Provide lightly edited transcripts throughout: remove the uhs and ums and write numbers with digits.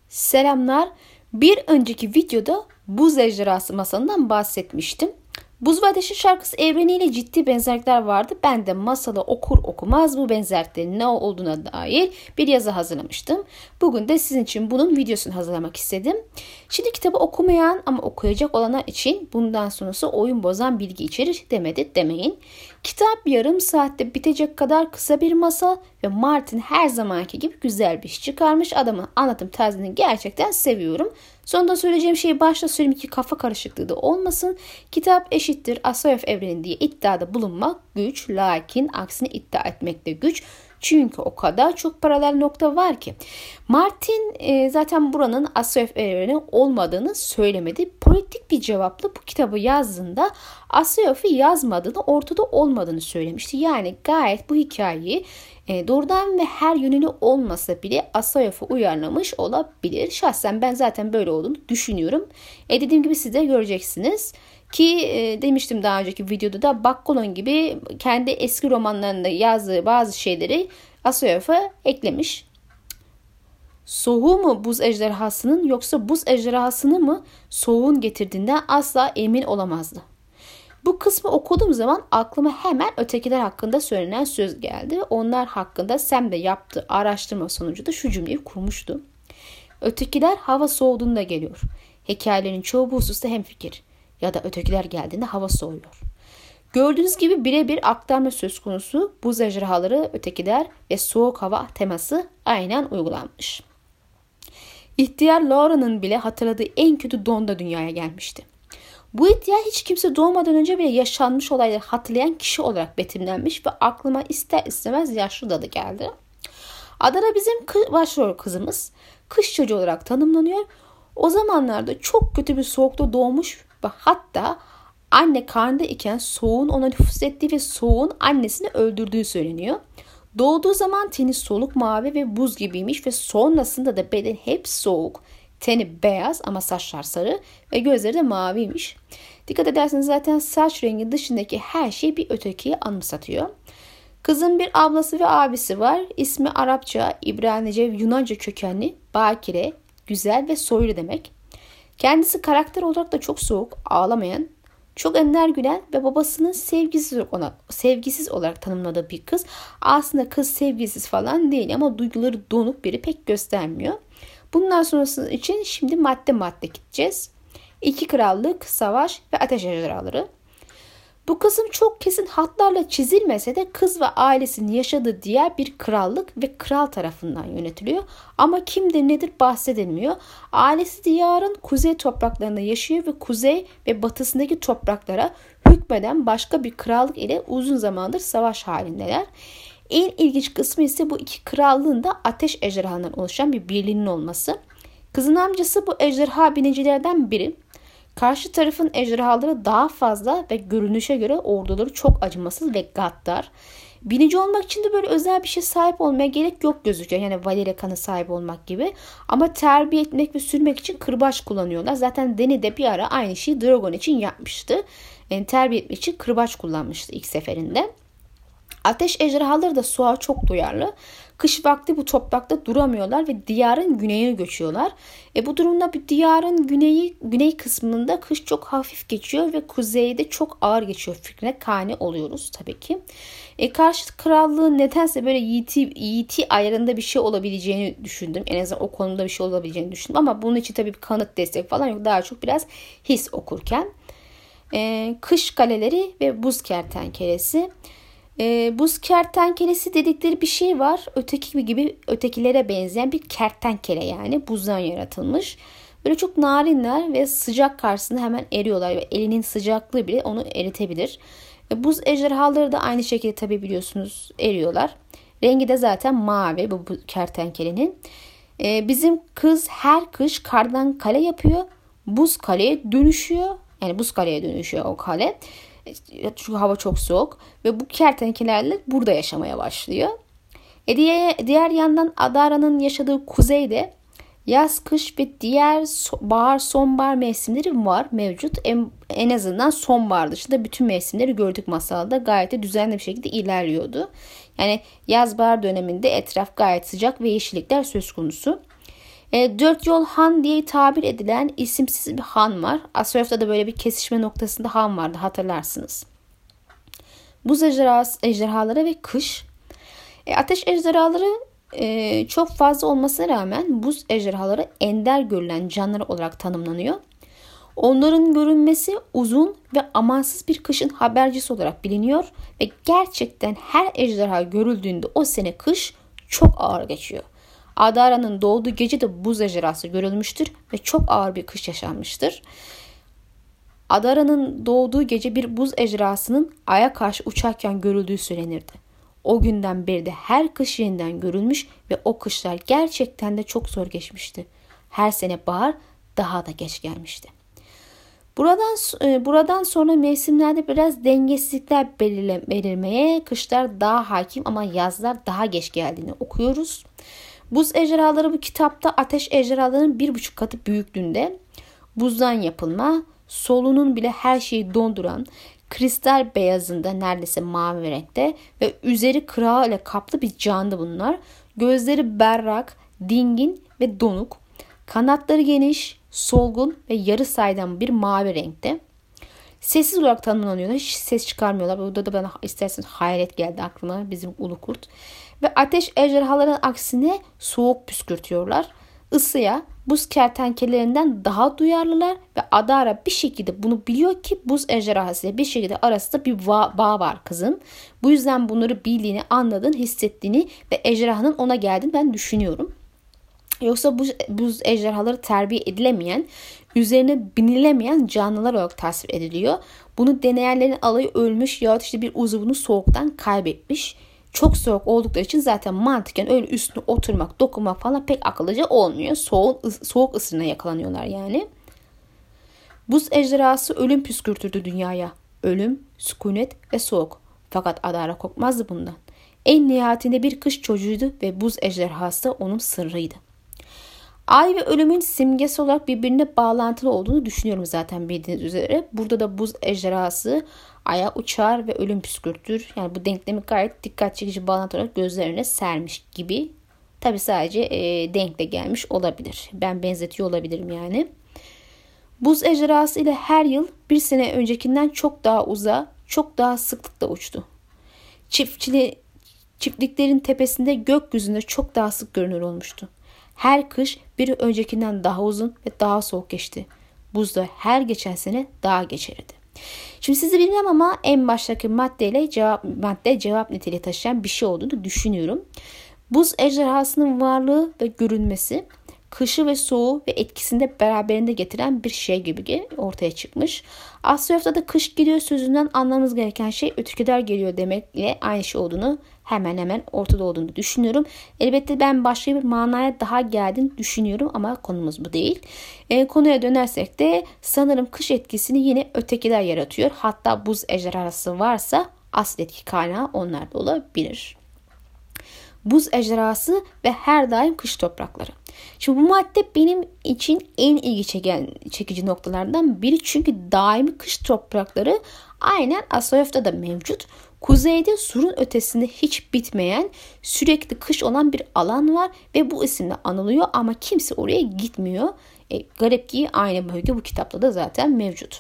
Selamlar. Bir önceki videoda Buz Ejderhası masalından bahsetmiştim. Buz ve Ateşin şarkısı evreniyle ciddi benzerlikler vardı. Ben de masalı okur okumaz bu benzerliklerin ne olduğuna dair bir yazı hazırlamıştım. Bugün de sizin için bunun videosunu hazırlamak istedim. Şimdi kitabı okumayan ama okuyacak olanlar için bundan sonrası oyun bozan bilgi içerir demeyin. Kitap yarım saatte bitecek kadar kısa bir masal ve Martin her zamanki gibi güzel bir iş çıkarmış. Adamın anlatım tarzını gerçekten seviyorum. Sonunda söyleyeceğim şeyi başta söyleyeyim ki kafa karışıklığı da olmasın. Kitap eşittir Asoyev evreni diye iddiada bulunmak güç, lakin aksini iddia etmek de güç. Çünkü o kadar çok paralel nokta var ki. Martin zaten buranın Asoyev evreni olmadığını söylemedi. Politik bir cevapla bu kitabı yazdığında Asoyev'i yazmadığını, ortada olmadığını söylemişti. Yani gayet bu hikayeyi doğrudan ve her yönünü olmasa bile Asoyev'e uyarlamış olabilir. Şahsen ben zaten böyle olduğunu düşünüyorum. Dediğim gibi siz de göreceksiniz. Ki demiştim daha önceki videoda da Bakkalon gibi kendi eski romanlarında yazdığı bazı şeyleri Asoyev'e eklemiş. Soğuğu mu buz ejderhasının yoksa buz ejderhasını mı soğuğun getirdiğinden asla emin olamazdı. Bu kısmı okuduğum zaman aklıma hemen ötekiler hakkında söylenen söz geldi. Onlar hakkında Sam de yaptığı araştırma sonucu da şu cümleyi kurmuştu. Ötekiler hava soğuduğunda geliyor. Hikayelerin çoğu bu hususta hemfikir. Ya da ötekiler geldiğinde hava soğuyor. Gördüğünüz gibi birebir aktarma söz konusu. Buz ejderhaları, ötekiler ve soğuk hava teması aynen uygulanmış. İhtiyar Laura'nın bile hatırladığı en kötü donda dünyaya gelmişti. Bu ihtiyar hiç kimse doğmadan önce bile yaşanmış olayları hatırlayan kişi olarak betimlenmiş ve aklıma ister istemez yaşlı dadı geldi. Adana bizim başrol kızımız kış çocuğu olarak tanımlanıyor. O zamanlarda çok kötü bir soğukta doğmuş ve hatta anne karnında iken soğuğun ona nüfuz ettiği ve soğuğun annesini öldürdüğü söyleniyor. Doğduğu zaman teni soluk mavi ve buz gibiymiş ve sonrasında da beden hep soğuk. Teni beyaz ama saçlar sarı ve gözleri de maviymiş. Dikkat ederseniz zaten saç rengi dışındaki her şey bir ötekiyi anımsatıyor. Kızın bir ablası ve abisi var. İsmi Arapça, İbranice ve Yunanca kökenli, bakire, güzel ve soylu demek. Kendisi karakter olarak da çok soğuk, ağlamayan, çok ender gülen ve babasının sevgisiz olarak tanımladığı bir kız. Aslında kız sevgisiz falan değil ama duyguları donuk biri pek göstermiyor. Bundan sonrası için şimdi madde madde gideceğiz. 2 krallık, savaş ve ateş ejderhaları. Bu kısım çok kesin hatlarla çizilmese de kız ve ailesinin yaşadığı diğer bir krallık ve kral tarafından yönetiliyor. Ama kimdir nedir bahsedilmiyor. Ailesi diyarın kuzey topraklarında yaşıyor ve kuzey ve batısındaki topraklara hükmeden başka bir krallık ile uzun zamandır savaş halindeler. En ilginç kısmı ise bu iki krallığın da ateş ejderhalarından oluşan bir birliğinin olması. Kızın amcası bu ejderha binicilerden biri. Karşı tarafın ejderhaları daha fazla ve görünüşe göre orduları çok acımasız ve gaddar. Binici olmak için de böyle özel bir şey sahip olmaya gerek yok gözüküyor. Yani Valeria kanı sahibi olmak gibi. Ama terbiye etmek ve sürmek için kırbaç kullanıyorlar. Zaten Dany de bir ara aynı şeyi Drogon için yapmıştı. Yani terbiye etmek için kırbaç kullanmıştı ilk seferinde. Ateş ejderhaları da soğuğa çok duyarlı. Kış vakti bu toprakta duramıyorlar ve diyarın güneyine göçüyorlar. Bu durumda bir diyarın güney kısmında kış çok hafif geçiyor ve kuzeyde çok ağır geçiyor fikrine kani oluyoruz tabii ki. Karşı krallığın nedense böyle yiğiti ayarında bir şey olabileceğini düşündüm. En azından o konuda bir şey olabileceğini düşündüm ama bunun için tabii bir kanıt destek falan yok. Daha çok biraz his okurken. Kış kaleleri ve buz kertenkelesi. Buz kertenkelesi dedikleri bir şey var. Öteki gibi ötekilere benzeyen bir kertenkele yani buzdan yaratılmış. Böyle çok narinler ve sıcak karşısında hemen eriyorlar ve elinin sıcaklığı bile onu eritebilir. Buz ejderhaları da aynı şekilde tabii biliyorsunuz eriyorlar. Rengi de zaten mavi bu kertenkelenin. Bizim kız her kış kardan kale yapıyor. Buz kaleye dönüşüyor. Yani buz kaleye dönüşüyor o kale. Çünkü hava çok soğuk ve bu kertenkelelerle burada yaşamaya başlıyor. Diğer yandan Adara'nın yaşadığı kuzeyde yaz, kış ve diğer bahar, sonbahar mevsimleri mevcut. En azından sonbahar dışında bütün mevsimleri gördük masalda. Gayet de düzenli bir şekilde ilerliyordu. Yani yaz bahar döneminde etraf gayet sıcak ve yeşillikler söz konusu. Dört yol han diye tabir edilen isimsiz bir han var. Asyaf'ta da böyle bir kesişme noktasında han vardı, hatırlarsınız. Buz ejderhaları ve kış. Ateş ejderhaları çok fazla olmasına rağmen buz ejderhaları ender görülen canlılar olarak tanımlanıyor. Onların görünmesi uzun ve amansız bir kışın habercisi olarak biliniyor ve gerçekten her ejderha görüldüğünde o sene kış çok ağır geçiyor. Adara'nın doğduğu gece de buz ejderhası görülmüştür ve çok ağır bir kış yaşanmıştır. Adara'nın doğduğu gece bir buz ejderhasının aya karşı uçarken görüldüğü söylenirdi. O günden beri de her kış yeniden görülmüş ve o kışlar gerçekten de çok zor geçmişti. Her sene bahar daha da geç gelmişti. Buradan sonra mevsimlerde biraz dengesizlikler belirmeye, kışlar daha hakim ama yazlar daha geç geldiğini okuyoruz. Buz ejderhaları bu kitapta ateş ejderhalarının 1,5 katı büyüklüğünde, buzdan yapılma, solunun bile her şeyi donduran, kristal beyazında neredeyse mavi renkte ve üzeri kırağı ile kaplı bir canlı bunlar. Gözleri berrak, dingin ve donuk. Kanatları geniş, solgun ve yarı saydam bir mavi renkte. Sessiz olarak tanımlanıyorlar. Hiç ses çıkarmıyorlar. Burada da bana isterseniz hayret geldi aklıma, bizim ulu kurt. Ve ateş ejderhalarının aksine soğuk püskürtüyorlar. Isıya, buz kertenkelelerinden daha duyarlılar ve Adara bir şekilde bunu biliyor ki buz ejderhasıyla bir şekilde arasında bir bağ var kızın. Bu yüzden bunları bildiğini, anladığını, hissettiğini ve ejderhanın ona geldiğini ben düşünüyorum. Yoksa buz ejderhaları terbiye edilemeyen, üzerine binilemeyen canlılar olarak tasvir ediliyor. Bunu deneyenlerin alayı ölmüş yahut işte bir uzuvunu soğuktan kaybetmiş. Çok soğuk oldukları için zaten mantıken öyle üstüne oturmak, dokunmak falan pek akıllıca olmuyor. Soğuk ısırına yakalanıyorlar yani. Buz ejderhası ölüm püskürtürdü dünyaya. Ölüm, sükunet ve soğuk. Fakat Adara korkmazdı bundan. En nihayetinde bir kış çocuğuydu ve buz ejderhası onun sırrıydı. Ay ve ölümün simgesi olarak birbirine bağlantılı olduğunu düşünüyorum zaten bildiğiniz üzere. Burada da buz ejderhası aya uçar ve ölüm püskürtür. Yani bu denklemi gayet dikkat çekici bağlantı olarak gözlerine sermiş gibi. Tabi sadece denkle gelmiş olabilir. Ben benzetiyor olabilirim yani. Buz ejderhası ile her yıl bir sene öncekinden çok daha uzağa, çok daha sıklıkla uçtu. Çiftliklerin tepesinde gökyüzünde çok daha sık görünür olmuştu. Her kış bir öncekinden daha uzun ve daha soğuk geçti. Buz da her geçen sene daha geçerdi. Şimdi sizi bilmem ama en baştaki madde cevap niteliği taşıyan bir şey olduğunu düşünüyorum. Buz ejderhasının varlığı ve görünmesi kışı ve soğuğu ve etkisinde beraberinde getiren bir şey gibi ortaya çıkmış. Asyaf'ta da kış geliyor sözünden anlamamız gereken şey ötekiler geliyor demekle aynı şey olduğunu hemen ortada olduğunu düşünüyorum. Elbette ben başka bir manaya daha geldiğini düşünüyorum ama konumuz bu değil. Konuya dönersek de sanırım kış etkisini yine ötekiler yaratıyor. Hatta buz ejderhası varsa asıl etki kaynağı onlar da olabilir. Buz ejderhası ve her daim kış toprakları. Şimdi bu madde benim için en ilgi çekici noktalardan biri. Çünkü daimi kış toprakları aynen Asyaf'ta da mevcut. Kuzeyde surun ötesinde hiç bitmeyen sürekli kış olan bir alan var ve bu isimle anılıyor ama kimse oraya gitmiyor. Garip ki aynı bölge bu kitapta da zaten mevcut.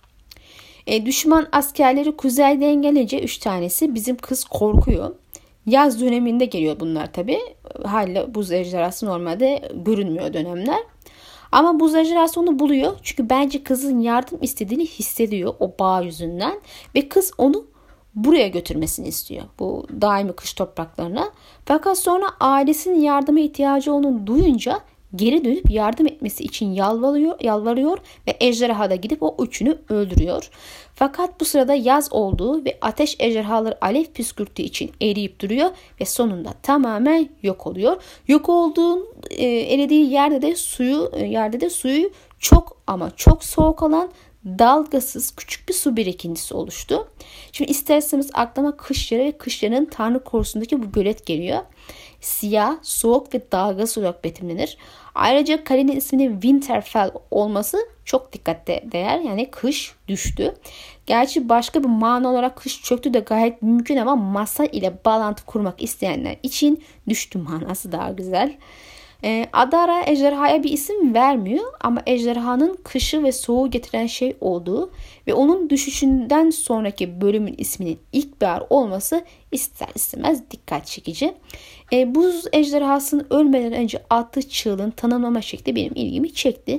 Düşman askerleri kuzeyden gelince 3 tanesi bizim kız korkuyor. Yaz döneminde geliyor bunlar tabi. Hala buz ejderhası normalde görünmüyor dönemler. Ama buz ejderhası onu buluyor. Çünkü bence kızın yardım istediğini hissediyor o bağ yüzünden. Ve kız onu buraya götürmesini istiyor. Bu daimi kış topraklarına. Fakat sonra ailesinin yardıma ihtiyacı olduğunu duyunca geri dönüp yardım etmesi için yalvarıyor ve ejderha da gidip o üçünü öldürüyor. Fakat bu sırada yaz olduğu ve ateş ejderhaları alev püskürttüğü için eriyip duruyor ve sonunda tamamen yok oluyor. Yok olduğun eridiği yerde de suyu çok ama çok soğuk olan dalgasız küçük bir su birikintisi oluştu. Şimdi isterseniz aklıma kış yarı ve kış yarının Tanrı korusundaki bu gölet geliyor. Siyah, soğuk ve dalgasız olarak betimlenir. Ayrıca kalenin isminin Winterfell olması çok dikkate değer. Yani kış düştü. Gerçi başka bir mana olarak kış çöktü de gayet mümkün ama masa ile bağlantı kurmak isteyenler için düştü manası daha güzel. Adara ejderhaya bir isim vermiyor ama ejderhanın kışı ve soğuğu getiren şey olduğu ve onun düşüşünden sonraki bölümün isminin ilkbahar olması ister istemez dikkat çekici. Buz ejderhasının ölmeden önce attığı çığlığın tanımlama şekli benim ilgimi çekti.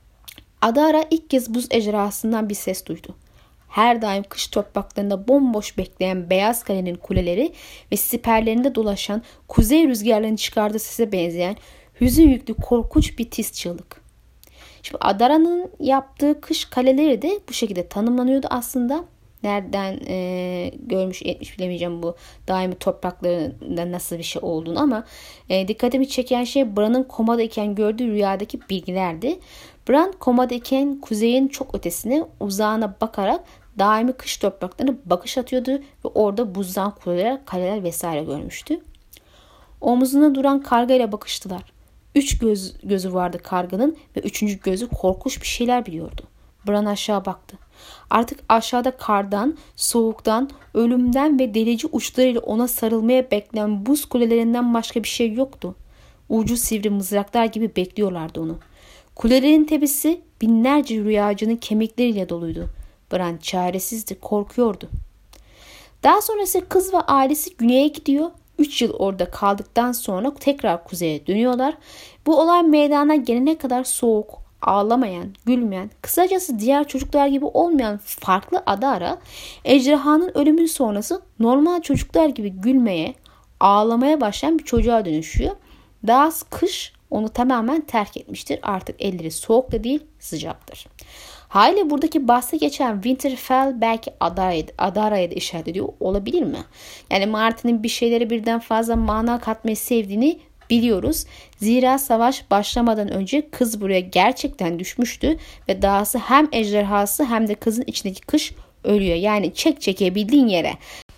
Adara ilk kez buz ejderhasından bir ses duydu. Her daim kış topraklarında bomboş bekleyen Beyaz Kale'nin kuleleri ve siperlerinde dolaşan kuzey rüzgarlarının çıkardığı sese benzeyen hüzün yüklü korkunç bir tiz çığlık. Şimdi Adara'nın yaptığı kış kaleleri de bu şekilde tanımlanıyordu aslında. Nereden görmüş etmiş bilemeyeceğim bu daimi topraklarında nasıl bir şey olduğunu ama dikkatimi çeken şey Bran'ın komadayken gördüğü rüyadaki bilgilerdi. Bran komadayken kuzeyin çok ötesine uzağına bakarak daimi kış topraklarına bakış atıyordu ve orada buzdan kuleler, kaleler vesaire görmüştü. Omuzuna duran karga ile bakıştılar. 3 gözü vardı karganın ve 3. gözü korkunç bir şeyler biliyordu. Bran aşağı baktı. Artık aşağıda kardan, soğuktan, ölümden ve delici uçlarıyla ona sarılmaya bekleyen buz kulelerinden başka bir şey yoktu. Ucu sivri mızraklar gibi bekliyorlardı onu. Kulelerin tepesi binlerce rüyacının kemikleriyle doluydu. Bran çaresizdi, korkuyordu. Daha sonrası kız ve ailesi güneye gidiyor. 3 yıl orada kaldıktan sonra tekrar kuzeye dönüyorlar. Bu olay meydana gelene kadar soğuk, ağlamayan, gülmeyen, kısacası diğer çocuklar gibi olmayan farklı Adara, ejderhanın ölümü sonrası normal çocuklar gibi gülmeye, ağlamaya başlayan bir çocuğa dönüşüyor. Daha kış onu tamamen terk etmiştir. Artık elleri soğuk da değil, sıcaktır. Haliyle buradaki bahse geçen Winterfell belki Adara'ya da işaret ediyor olabilir mi? Yani Martin'in bir şeylere birden fazla mana katmayı sevdiğini biliyoruz. Zira savaş başlamadan önce kız buraya gerçekten düşmüştü ve dahası hem ejderhası hem de kızın içindeki kış ölüyor. Yani çekebildiğin yere.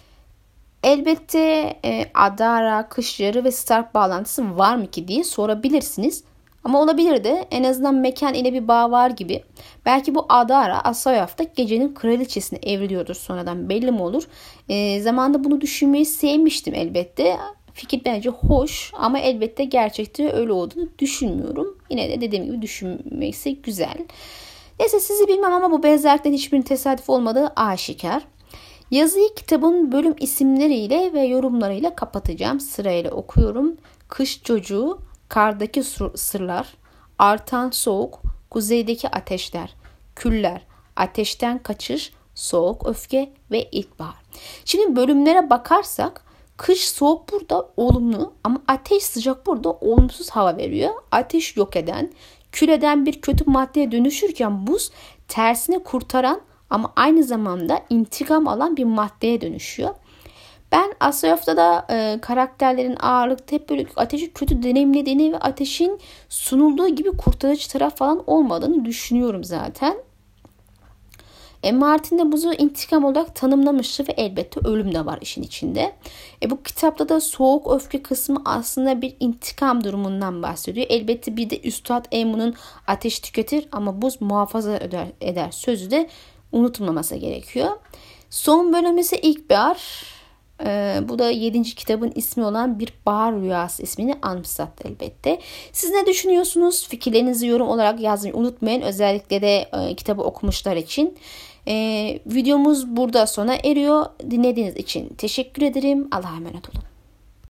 Elbette Adara, kış yarı ve Stark bağlantısı var mı ki diye sorabilirsiniz. Ama olabilir de en azından mekan ile bir bağ var gibi. Belki bu Adara Asayaf'ta gecenin kraliçesine evriliyordur sonradan belli mi olur? Zamanında bunu düşünmeyi sevmiştim elbette. Fikir bence hoş ama elbette gerçekte öyle olduğunu düşünmüyorum. Yine de dediğim gibi düşünmesi güzel. Neyse sizi bilmem ama bu benzerliklerin hiçbirinin tesadüf olmadığı aşikar. Yazıyı kitabın bölüm isimleriyle ve yorumlarıyla kapatacağım. Sırayla okuyorum. Kış çocuğu, kardaki sırlar, artan soğuk, kuzeydeki ateşler, küller, ateşten kaçış, soğuk öfke ve ilkbahar. Şimdi bölümlere bakarsak kış soğuk burada olumlu ama ateş sıcak burada olumsuz hava veriyor. Ateş yok eden, kül eden bir kötü maddeye dönüşürken buz tersine kurtaran ama aynı zamanda intikam alan bir maddeye dönüşüyor. Ben Asayaf'ta da karakterlerin ağırlıkta hep böyle ateşi kötü deneyimlediğini ve ateşin sunulduğu gibi kurtarıcı taraf falan olmadığını düşünüyorum zaten. Martin de buzu intikam olarak tanımlamıştı ve elbette ölüm de var işin içinde. Bu kitapta da soğuk öfke kısmı aslında bir intikam durumundan bahsediyor. Elbette bir de Üstad Emun'un ateş tüketir ama buz muhafaza eder sözü de unutulmaması gerekiyor. Son bölüm ise İlkbahar. Bu da 7. kitabın ismi olan Bir Bahar Rüyası ismini anımsattı elbette. Siz ne düşünüyorsunuz? Fikirlerinizi yorum olarak yazmayı unutmayın. Özellikle de kitabı okumuşlar için. Videomuz burada sona eriyor. Dinlediğiniz için teşekkür ederim. Allah'a emanet olun.